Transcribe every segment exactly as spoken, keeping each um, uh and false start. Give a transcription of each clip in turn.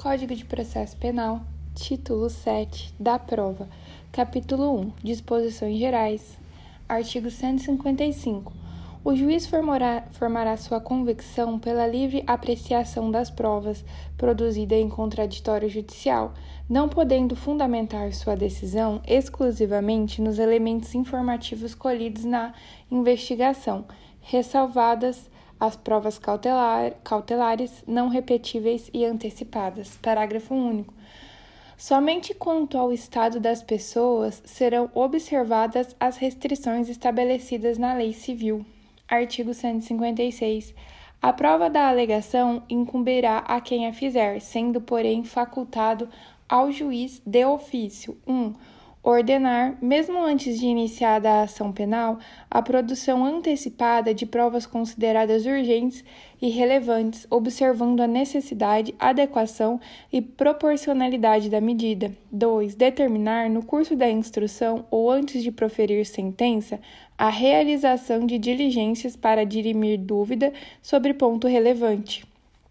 Código de Processo Penal, Título sete, da prova, Capítulo um, Disposições Gerais, Artigo cento e cinquenta e cinco. O juiz formará, formará sua convicção pela livre apreciação das provas produzida em contraditório judicial, não podendo fundamentar sua decisão exclusivamente nos elementos informativos colhidos na investigação, ressalvadas as provas cautelar, cautelares, não repetíveis e antecipadas. Parágrafo único. Somente quanto ao estado das pessoas serão observadas as restrições estabelecidas na lei civil. Artigo cento e cinquenta e seis. A prova da alegação incumbirá a quem a fizer, sendo, porém, facultado ao juiz de ofício um. Ordenar, mesmo antes de iniciada a ação penal, a produção antecipada de provas consideradas urgentes e relevantes, observando a necessidade, adequação e proporcionalidade da medida. dois. Determinar, no curso da instrução ou antes de proferir sentença, a realização de diligências para dirimir dúvida sobre ponto relevante.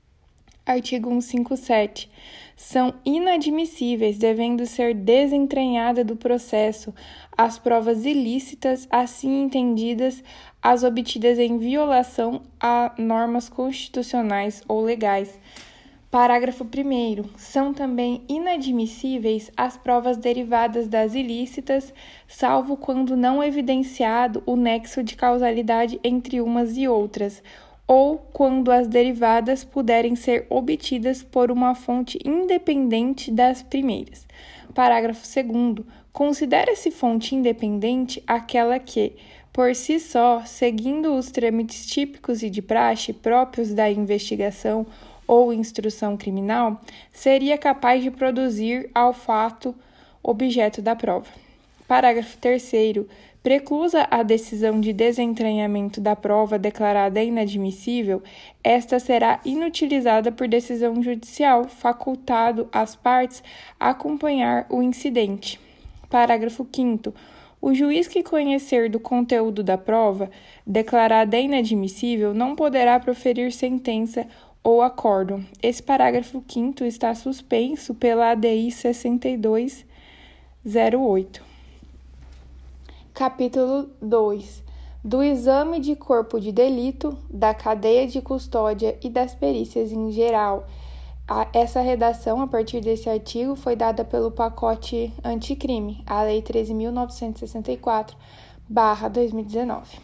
Artigo cento e cinquenta e sete. São inadmissíveis, devendo ser desentranhada do processo, as provas ilícitas, assim entendidas, as obtidas em violação a normas constitucionais ou legais. Parágrafo primeiro. São também inadmissíveis as provas derivadas das ilícitas, salvo quando não evidenciado o nexo de causalidade entre umas e outras, ou quando as derivadas puderem ser obtidas por uma fonte independente das primeiras. Parágrafo segundo. Considera-se fonte independente aquela que, por si só, seguindo os trâmites típicos e de praxe próprios da investigação ou instrução criminal, seria capaz de produzir ao fato objeto da prova. Parágrafo terceiro. Preclusa a decisão de desentranhamento da prova declarada inadmissível, esta será inutilizada por decisão judicial, facultado às partes acompanhar o incidente. Parágrafo quinto. O juiz que conhecer do conteúdo da prova, declarada inadmissível, não poderá proferir sentença ou acórdão. Esse parágrafo quinto está suspenso pela A D I sessenta e dois zero oito. Capítulo dois. Do exame de corpo de delito, da cadeia de custódia e das perícias em geral. Essa redação, a partir desse artigo, foi dada pelo pacote anticrime, a Lei treze mil novecentos e sessenta e quatro, barra dois mil e dezenove.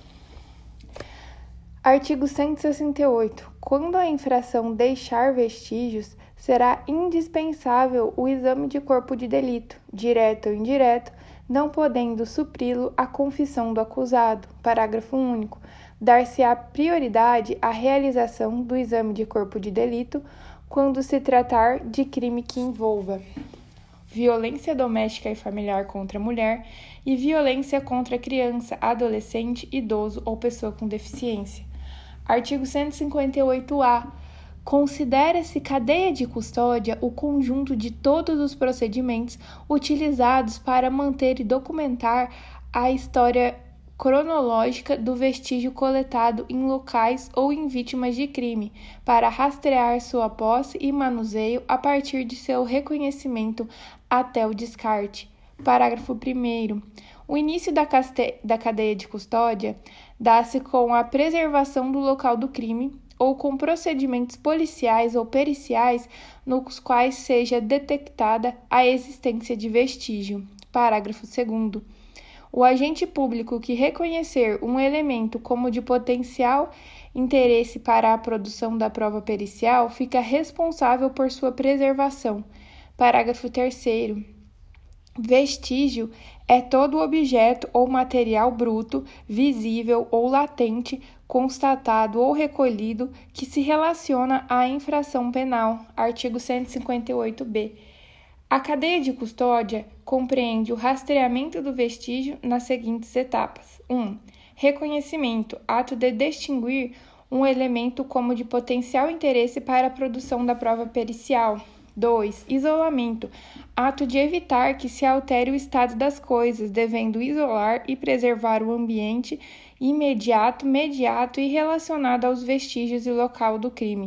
Artigo cento e sessenta e oito. Quando a infração deixar vestígios, será indispensável o exame de corpo de delito, direto ou indireto, não podendo supri-lo a confissão do acusado. Parágrafo único. Dar-se-á prioridade à realização do exame de corpo de delito quando se tratar de crime que envolva violência doméstica e familiar contra a mulher e violência contra criança, adolescente, idoso ou pessoa com deficiência. Artigo cento e cinquenta e oito A. Considera-se cadeia de custódia o conjunto de todos os procedimentos utilizados para manter e documentar a história cronológica do vestígio coletado em locais ou em vítimas de crime, para rastrear sua posse e manuseio a partir de seu reconhecimento até o descarte. Parágrafo primeiro. O início da, caste... da cadeia de custódia dá-se com a preservação do local do crime ou com procedimentos policiais ou periciais nos quais seja detectada a existência de vestígio. Parágrafo segundo. O agente público que reconhecer um elemento como de potencial interesse para a produção da prova pericial fica responsável por sua preservação. Parágrafo terceiro. Vestígio é todo objeto ou material bruto, visível ou latente, constatado ou recolhido que se relaciona à infração penal. Artigo cento e cinquenta e oito B. A cadeia de custódia compreende o rastreamento do vestígio nas seguintes etapas. um. Reconhecimento, ato de distinguir um elemento como de potencial interesse para a produção da prova pericial. dois. Isolamento, ato de evitar que se altere o estado das coisas, devendo isolar e preservar o ambiente imediato, mediato e relacionado aos vestígios e local do crime.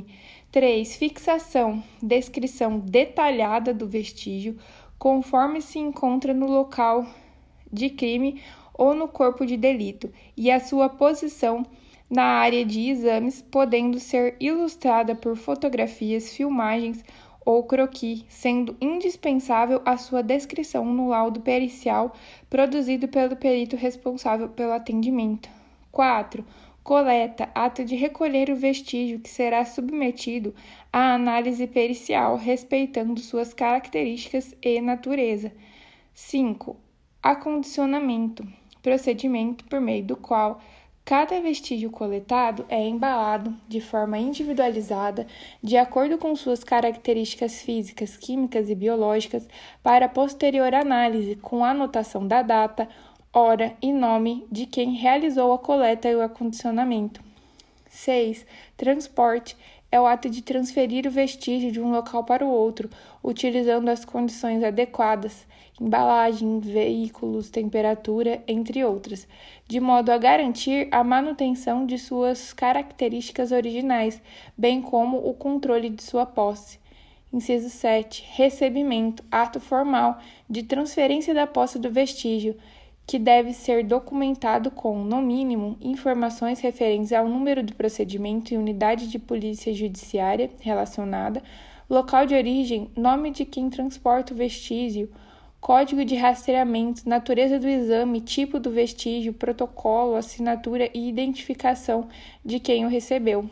três. Fixação, descrição detalhada do vestígio, conforme se encontra no local de crime ou no corpo de delito, e a sua posição na área de exames, podendo ser ilustrada por fotografias, filmagens ou croquis, sendo indispensável a sua descrição no laudo pericial produzido pelo perito responsável pelo atendimento. quatro. Coleta, ato de recolher o vestígio que será submetido à análise pericial, respeitando suas características e natureza. cinco. Acondicionamento, procedimento por meio do qual cada vestígio coletado é embalado de forma individualizada, de acordo com suas características físicas, químicas e biológicas, para posterior análise, com anotação da data, hora e nome de quem realizou a coleta e o acondicionamento. seis. Transporte é o ato de transferir o vestígio de um local para o outro, utilizando as condições adequadas, embalagem, veículos, temperatura, entre outras, de modo a garantir a manutenção de suas características originais, bem como o controle de sua posse. Inciso sete. Recebimento, ato formal de transferência da posse do vestígio, que deve ser documentado com, no mínimo, informações referentes ao número do procedimento e unidade de polícia judiciária relacionada, local de origem, nome de quem transporta o vestígio, código de rastreamento, natureza do exame, tipo do vestígio, protocolo, assinatura e identificação de quem o recebeu.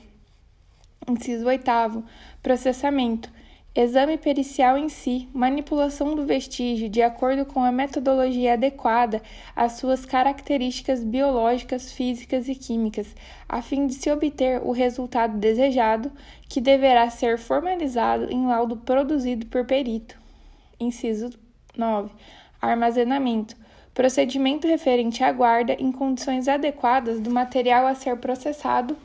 Inciso oitavo. Processamento. Exame pericial em si, manipulação do vestígio de acordo com a metodologia adequada às suas características biológicas, físicas e químicas, a fim de se obter o resultado desejado, que deverá ser formalizado em laudo produzido por perito. Inciso nove. Armazenamento. Procedimento referente à guarda em condições adequadas do material a ser processado,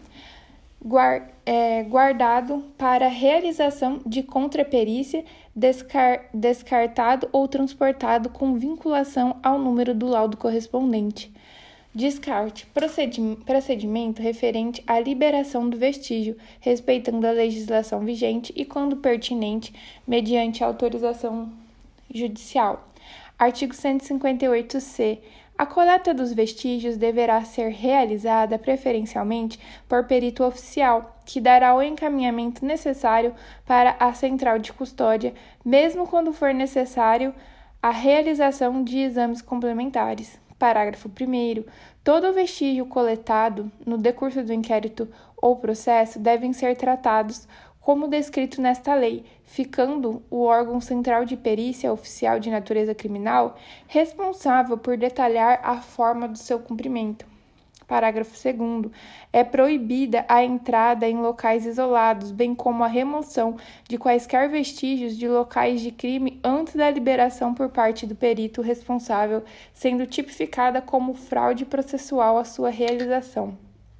guardado para realização de contraperícia, descar, descartado ou transportado com vinculação ao número do laudo correspondente. Descarte, procedimento referente à liberação do vestígio, respeitando a legislação vigente e, quando pertinente, mediante autorização judicial. Artigo cento e cinquenta e oito C. A coleta dos vestígios deverá ser realizada preferencialmente por perito oficial, que dará o encaminhamento necessário para a central de custódia, mesmo quando for necessário a realização de exames complementares. Parágrafo primeiro. Todo vestígio coletado no decurso do inquérito ou processo devem ser tratados como descrito nesta lei, ficando o órgão central de perícia oficial de natureza criminal responsável por detalhar a forma do seu cumprimento. Parágrafo segundo. É proibida a entrada em locais isolados, bem como a remoção de quaisquer vestígios de locais de crime antes da liberação por parte do perito responsável, sendo tipificada como fraude processual a sua realização.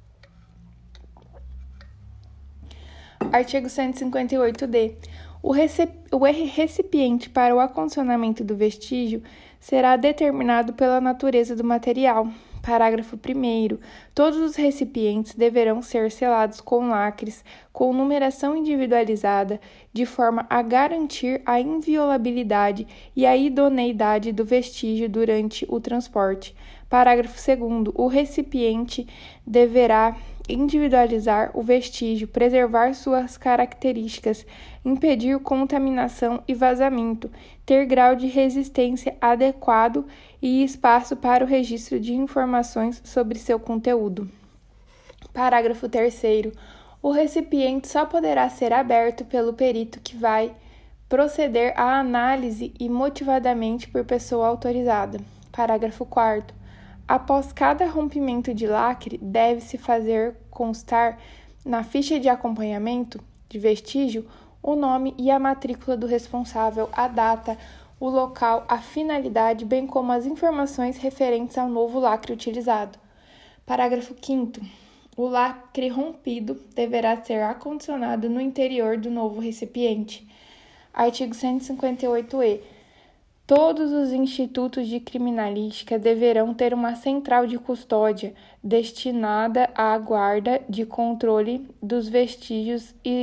Artigo cento e cinquenta e oito D. O, recep... o recipiente para o acondicionamento do vestígio será determinado pela natureza do material. Parágrafo primeiro. Todos os recipientes deverão ser selados com lacres, com numeração individualizada, de forma a garantir a inviolabilidade e a idoneidade do vestígio durante o transporte. Parágrafo segundo. O recipiente deverá individualizar o vestígio, preservar suas características, impedir contaminação e vazamento, ter grau de resistência adequado e espaço para o registro de informações sobre seu conteúdo. Parágrafo terceiro. O recipiente só poderá ser aberto pelo perito que vai proceder à análise e motivadamente por pessoa autorizada. Parágrafo quarto. Após cada rompimento de lacre, deve-se fazer constar na ficha de acompanhamento de vestígio o nome e a matrícula do responsável, a data, o local, a finalidade, bem como as informações referentes ao novo lacre utilizado. Parágrafo quinto. O lacre rompido deverá ser acondicionado no interior do novo recipiente. Artigo cento e cinquenta e oito E. Todos os institutos de criminalística deverão ter uma central de custódia destinada à guarda de controle dos vestígios e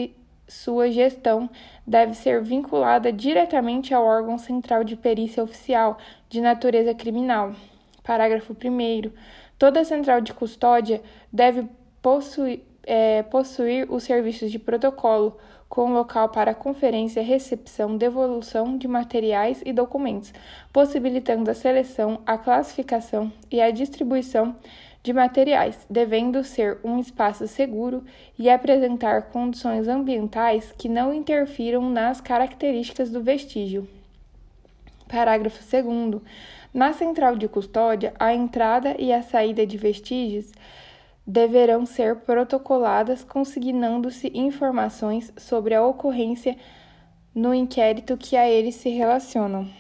sua gestão deve ser vinculada diretamente ao órgão central de perícia oficial de natureza criminal. Parágrafo primeiro. Toda central de custódia deve possuir, é, possuir os serviços de protocolo, com local para conferência, recepção, devolução de materiais e documentos, possibilitando a seleção, a classificação e a distribuição de materiais, devendo ser um espaço seguro e apresentar condições ambientais que não interfiram nas características do vestígio. Parágrafo segundo. Na central de custódia, a entrada e a saída de vestígios deverão ser protocoladas, consignando-se informações sobre a ocorrência no inquérito que a eles se relacionam.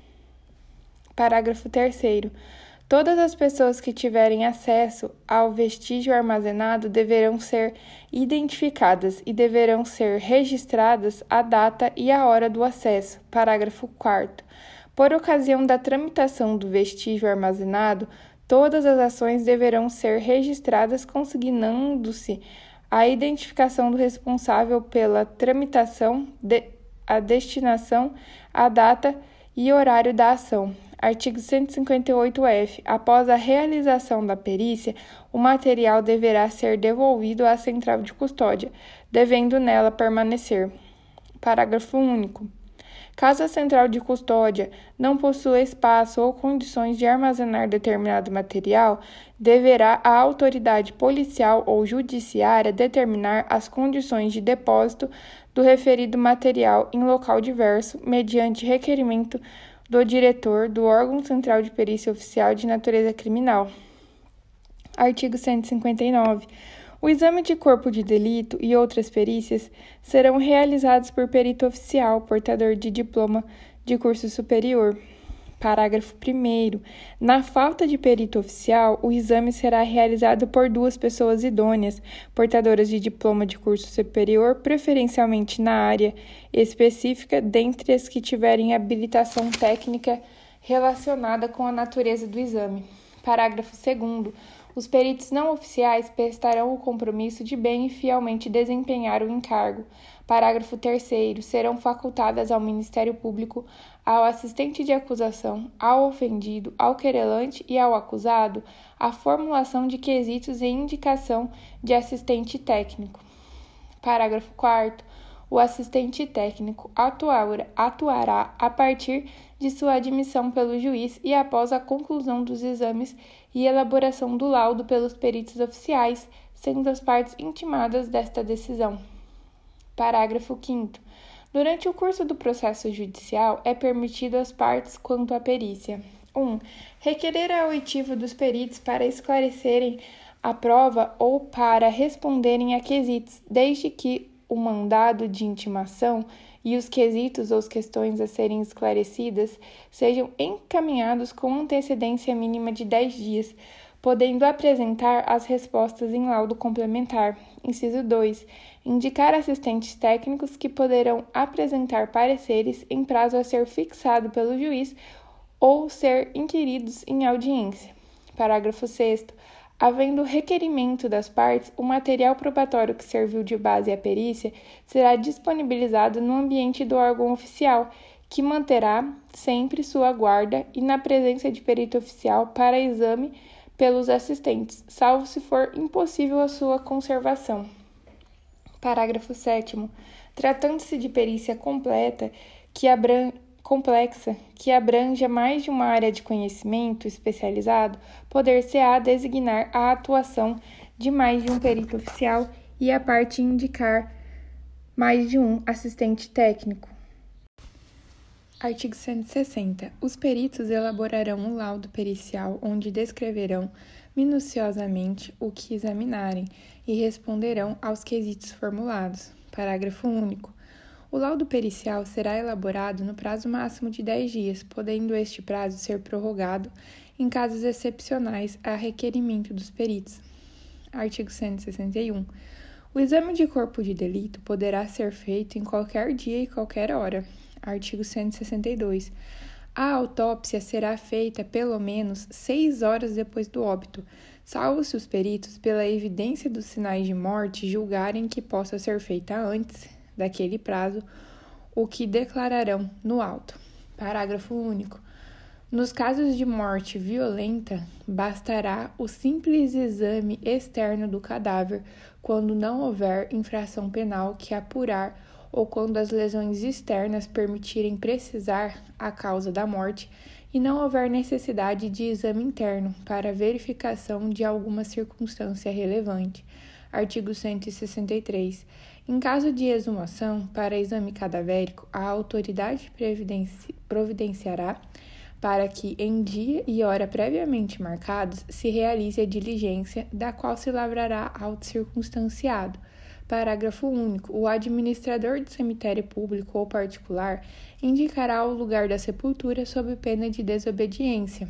Parágrafo terceiro. Todas as pessoas que tiverem acesso ao vestígio armazenado deverão ser identificadas e deverão ser registradas a data e a hora do acesso. Parágrafo quarto. Por ocasião da tramitação do vestígio armazenado, todas as ações deverão ser registradas, consignando-se a identificação do responsável pela tramitação, de, a destinação, a data e horário da ação. Artigo cento e cinquenta e oito F. Após a realização da perícia, o material deverá ser devolvido à central de custódia, devendo nela permanecer. Parágrafo único. Caso a central de custódia não possua espaço ou condições de armazenar determinado material, deverá a autoridade policial ou judiciária determinar as condições de depósito do referido material em local diverso, mediante requerimento do diretor do órgão central de perícia oficial de natureza criminal. Artigo cento e cinquenta e nove. O exame de corpo de delito e outras perícias serão realizados por perito oficial, portador de diploma de curso superior. Parágrafo primeiro. Na falta de perito oficial, o exame será realizado por duas pessoas idôneas, portadoras de diploma de curso superior, preferencialmente na área específica, dentre as que tiverem habilitação técnica relacionada com a natureza do exame. Parágrafo segundo. Os peritos não oficiais prestarão o compromisso de bem e fielmente desempenhar o encargo. Parágrafo terceiro. Serão facultadas ao Ministério Público, ao assistente de acusação, ao ofendido, ao querelante e ao acusado a formulação de quesitos e indicação de assistente técnico. Parágrafo quarto. O assistente técnico atuar, atuará a partir de sua admissão pelo juiz e após a conclusão dos exames e elaboração do laudo pelos peritos oficiais, sendo as partes intimadas desta decisão. Parágrafo quinto. Durante o curso do processo judicial, é permitido às partes quanto à perícia: um. Requerer a oitiva dos peritos para esclarecerem a prova ou para responderem a quesitos, desde que o mandado de intimação e os quesitos ou as questões a serem esclarecidas sejam encaminhados com antecedência mínima de dez dias, podendo apresentar as respostas em laudo complementar. Inciso dois. Indicar assistentes técnicos que poderão apresentar pareceres em prazo a ser fixado pelo juiz ou ser inquiridos em audiência. Parágrafo sexto. Havendo requerimento das partes, o material probatório que serviu de base à perícia será disponibilizado no ambiente do órgão oficial, que manterá sempre sua guarda e na presença de perito oficial para exame pelos assistentes, salvo se for impossível a sua conservação. Parágrafo sétimo. Tratando-se de perícia completa, que abrange complexa, que abranja mais de uma área de conhecimento especializado, poder-se-á designar a atuação de mais de um perito oficial e a parte indicar mais de um assistente técnico. Artigo cento e sessenta. Os peritos elaborarão um laudo pericial onde descreverão minuciosamente o que examinarem e responderão aos quesitos formulados. Parágrafo único. O laudo pericial será elaborado no prazo máximo de dez dias, podendo este prazo ser prorrogado em casos excepcionais a requerimento dos peritos. Artigo cento e sessenta e um. O exame de corpo de delito poderá ser feito em qualquer dia e qualquer hora. Artigo cento e sessenta e dois. A autópsia será feita pelo menos seis horas depois do óbito, salvo se os peritos, pela evidência dos sinais de morte, julgarem que possa ser feita antes, daquele prazo, o que declararão no auto. Parágrafo único. Nos casos de morte violenta, bastará o simples exame externo do cadáver quando não houver infração penal que apurar ou quando as lesões externas permitirem precisar a causa da morte e não houver necessidade de exame interno para verificação de alguma circunstância relevante. Artigo cento e sessenta e três. Em caso de exumação para exame cadavérico, a autoridade previdenci- providenciará para que, em dia e hora previamente marcados, se realize a diligência, da qual se lavrará auto circunstanciado. Parágrafo único. O administrador de cemitério público ou particular indicará o lugar da sepultura sob pena de desobediência.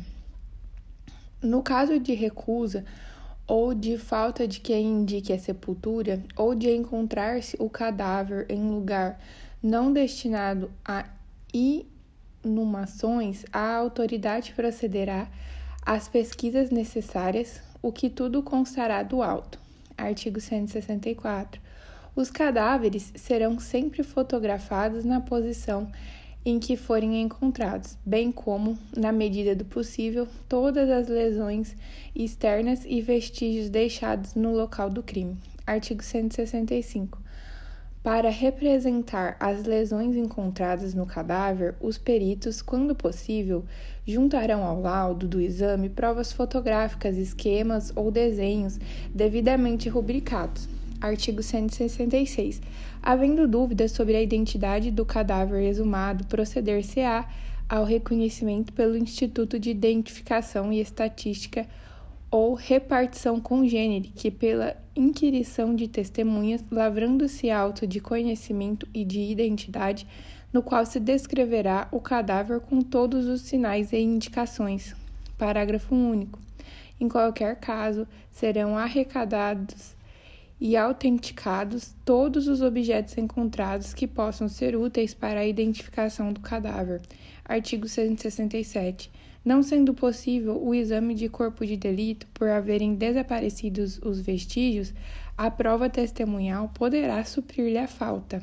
No caso de recusa ou de falta de quem indique a sepultura, ou de encontrar-se o cadáver em lugar não destinado a inumações, a autoridade procederá às pesquisas necessárias, o que tudo constará do auto. Artigo cento e sessenta e quatro. Os cadáveres serão sempre fotografados na posição em que forem encontrados, bem como, na medida do possível, todas as lesões externas e vestígios deixados no local do crime. Artigo cento e sessenta e cinco. Para representar as lesões encontradas no cadáver, os peritos, quando possível, juntarão ao laudo do exame provas fotográficas, esquemas ou desenhos devidamente rubricados. Artigo cento e sessenta e seis. Havendo dúvidas sobre a identidade do cadáver exumado, proceder-se-á ao reconhecimento pelo Instituto de Identificação e Estatística ou repartição congênere, que pela inquirição de testemunhas, lavrando-se auto de conhecimento e de identidade, no qual se descreverá o cadáver com todos os sinais e indicações. Parágrafo único. Em qualquer caso, serão arrecadados e autenticados todos os objetos encontrados que possam ser úteis para a identificação do cadáver. Artigo cento e sessenta e sete. Não sendo possível o exame de corpo de delito por haverem desaparecidos os vestígios, a prova testemunhal poderá suprir-lhe a falta.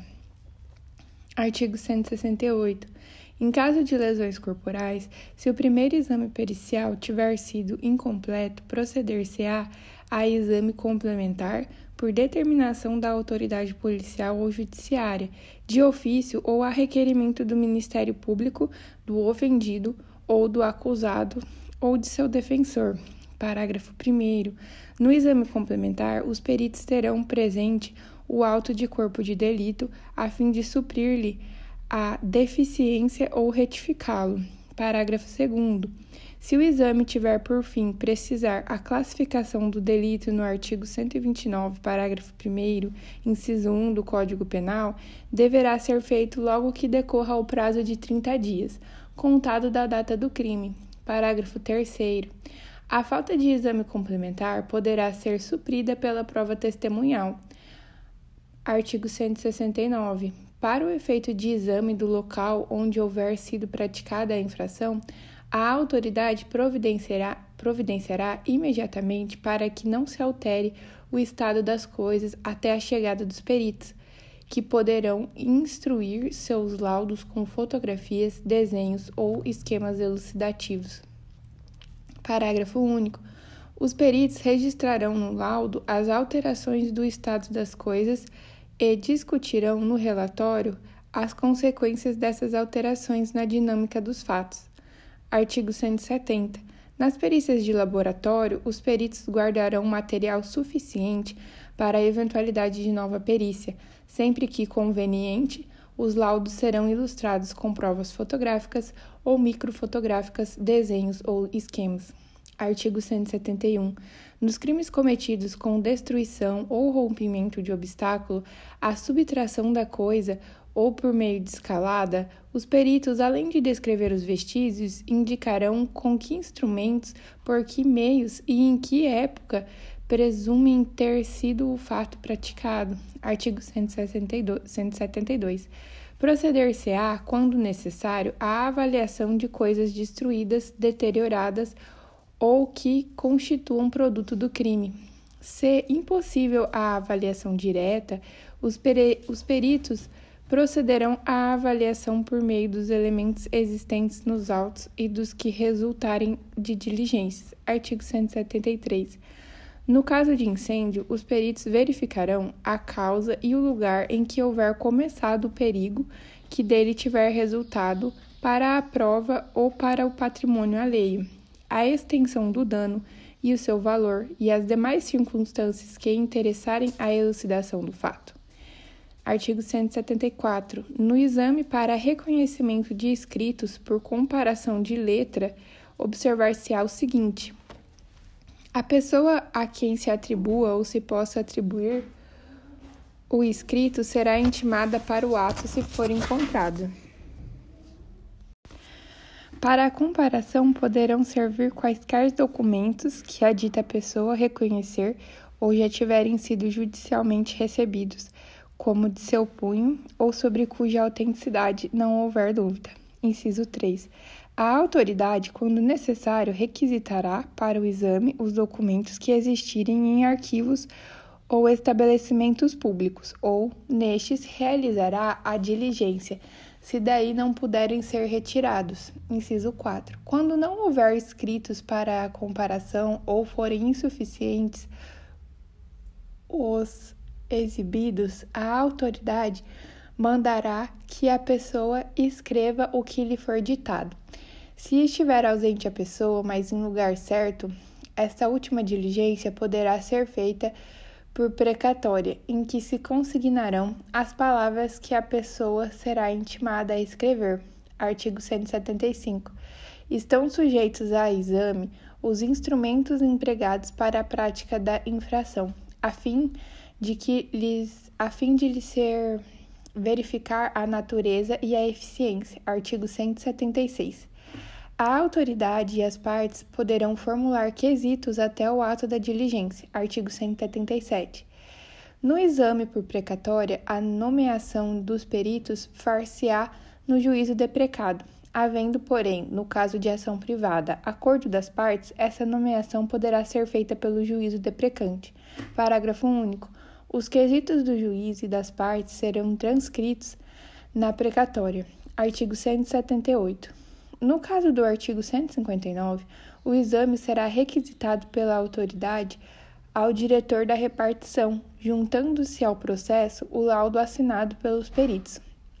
Artigo cento e sessenta e oito. Em caso de lesões corporais, se o primeiro exame pericial tiver sido incompleto, proceder-se-á a exame complementar por determinação da autoridade policial ou judiciária, de ofício ou a requerimento do Ministério Público, do ofendido ou do acusado ou de seu defensor. Parágrafo primeiro. No exame complementar, os peritos terão presente o auto de corpo de delito a fim de suprir-lhe a deficiência ou retificá-lo. Parágrafo segundo. Se o exame tiver por fim precisar a classificação do delito no artigo cento e vinte e nove, parágrafo primeiro, inciso um do Código Penal, deverá ser feito logo que decorra o prazo de trinta dias, contado da data do crime. Parágrafo terceiro. A falta de exame complementar poderá ser suprida pela prova testemunhal. Artigo cento e sessenta e nove. Para o efeito de exame do local onde houver sido praticada a infração, a autoridade providenciará, providenciará imediatamente para que não se altere o estado das coisas até a chegada dos peritos, que poderão instruir seus laudos com fotografias, desenhos ou esquemas elucidativos. Parágrafo único. Os peritos registrarão no laudo as alterações do estado das coisas e discutirão no relatório as consequências dessas alterações na dinâmica dos fatos. Artigo cento e setenta. Nas perícias de laboratório, os peritos guardarão material suficiente para a eventualidade de nova perícia. Sempre que conveniente, os laudos serão ilustrados com provas fotográficas ou microfotográficas, desenhos ou esquemas. Artigo cento e setenta e um. Nos crimes cometidos com destruição ou rompimento de obstáculo, a subtração da coisa ou por meio de escalada, os peritos, além de descrever os vestígios, indicarão com que instrumentos, por que meios e em que época presumem ter sido o fato praticado. Artigo cento e setenta e dois. Proceder-se-á, quando necessário, à avaliação de coisas destruídas, deterioradas ou que constituam produto do crime. Se impossível a avaliação direta, os, peri- os peritos procederão à avaliação por meio dos elementos existentes nos autos e dos que resultarem de diligências. Artigo cento e setenta e três. No caso de incêndio, os peritos verificarão a causa e o lugar em que houver começado o perigo que dele tiver resultado para a prova ou para o patrimônio alheio, a extensão do dano e o seu valor e as demais circunstâncias que interessarem a elucidação do fato. Artigo cento e setenta e quatro. No exame para reconhecimento de escritos por comparação de letra, observar-se-á o seguinte: a pessoa a quem se atribua ou se possa atribuir o escrito será intimada para o ato se for encontrada. Para a comparação poderão servir quaisquer documentos que a dita pessoa reconhecer ou já tiverem sido judicialmente recebidos, como de seu punho ou sobre cuja autenticidade não houver dúvida. Inciso três. A autoridade, quando necessário, requisitará para o exame os documentos que existirem em arquivos ou estabelecimentos públicos, ou, nestes, realizará a diligência, se daí não puderem ser retirados. Inciso quatro. Quando não houver escritos para a comparação ou forem insuficientes os exibidos, a autoridade mandará que a pessoa escreva o que lhe for ditado. Se estiver ausente a pessoa, mas em lugar certo, esta última diligência poderá ser feita por precatória, em que se consignarão as palavras que a pessoa será intimada a escrever. Artigo cento e setenta e cinco. Estão sujeitos a exame os instrumentos empregados para a prática da infração, a fim de que lhes, a fim de lhes ser verificar a natureza e a eficiência. Artigo cento e setenta e seis. A autoridade e as partes poderão formular quesitos até o ato da diligência. Artigo cento e setenta e sete. No exame por precatória, a nomeação dos peritos far-se-á no juízo deprecado. Havendo, porém, no caso de ação privada, acordo das partes, essa nomeação poderá ser feita pelo juízo deprecante. Parágrafo único. Os quesitos do juiz e das partes serão transcritos na precatória. Artigo cento e setenta e oito. No caso do artigo cento e cinquenta e nove, o exame será requisitado pela autoridade ao diretor da repartição, juntando-se ao processo o laudo assinado pelos peritos.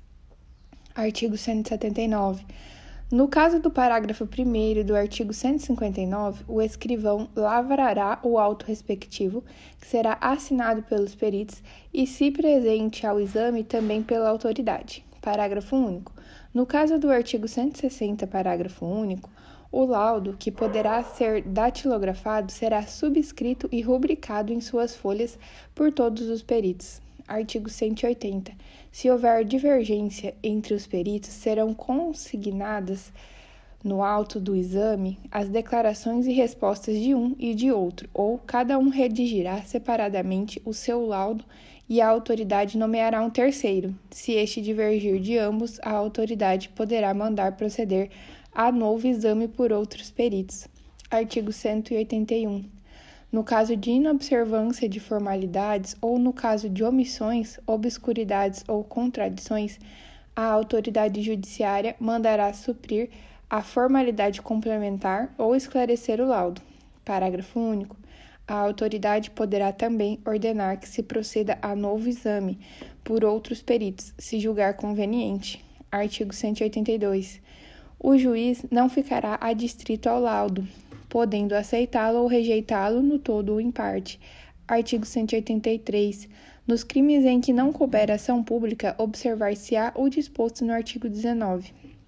Artigo cento e setenta e nove. No caso do parágrafo primeiro do artigo cento e cinquenta e nove, o escrivão lavrará o auto respectivo, que será assinado pelos peritos e, se presente ao exame, também pela autoridade. Parágrafo único. No caso do artigo cento e sessenta, parágrafo único, o laudo, que poderá ser datilografado, será subscrito e rubricado em suas folhas por todos os peritos. Artigo cento e oitenta. Se houver divergência entre os peritos, serão consignadas no auto do exame as declarações e respostas de um e de outro, ou cada um redigirá separadamente o seu laudo e a autoridade nomeará um terceiro. Se este divergir de ambos, a autoridade poderá mandar proceder a novo exame por outros peritos. Artigo cento e oitenta e um. No caso de inobservância de formalidades ou no caso de omissões, obscuridades ou contradições, a autoridade judiciária mandará suprir a formalidade complementar ou esclarecer o laudo. Parágrafo único. A autoridade poderá também ordenar que se proceda a novo exame por outros peritos, se julgar conveniente. Artigo cento e oitenta e dois. O juiz não ficará adstrito ao laudo, podendo aceitá-lo ou rejeitá-lo no todo ou em parte. Artigo cento e oitenta e três. Nos crimes em que não couber ação pública, observar-se-á o disposto no artigo dezenove.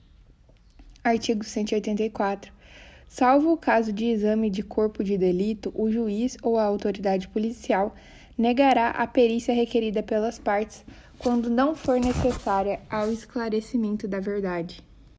Artigo cento e oitenta e quatro. Salvo o caso de exame de corpo de delito, o juiz ou a autoridade policial negará a perícia requerida pelas partes quando não for necessária ao esclarecimento da verdade.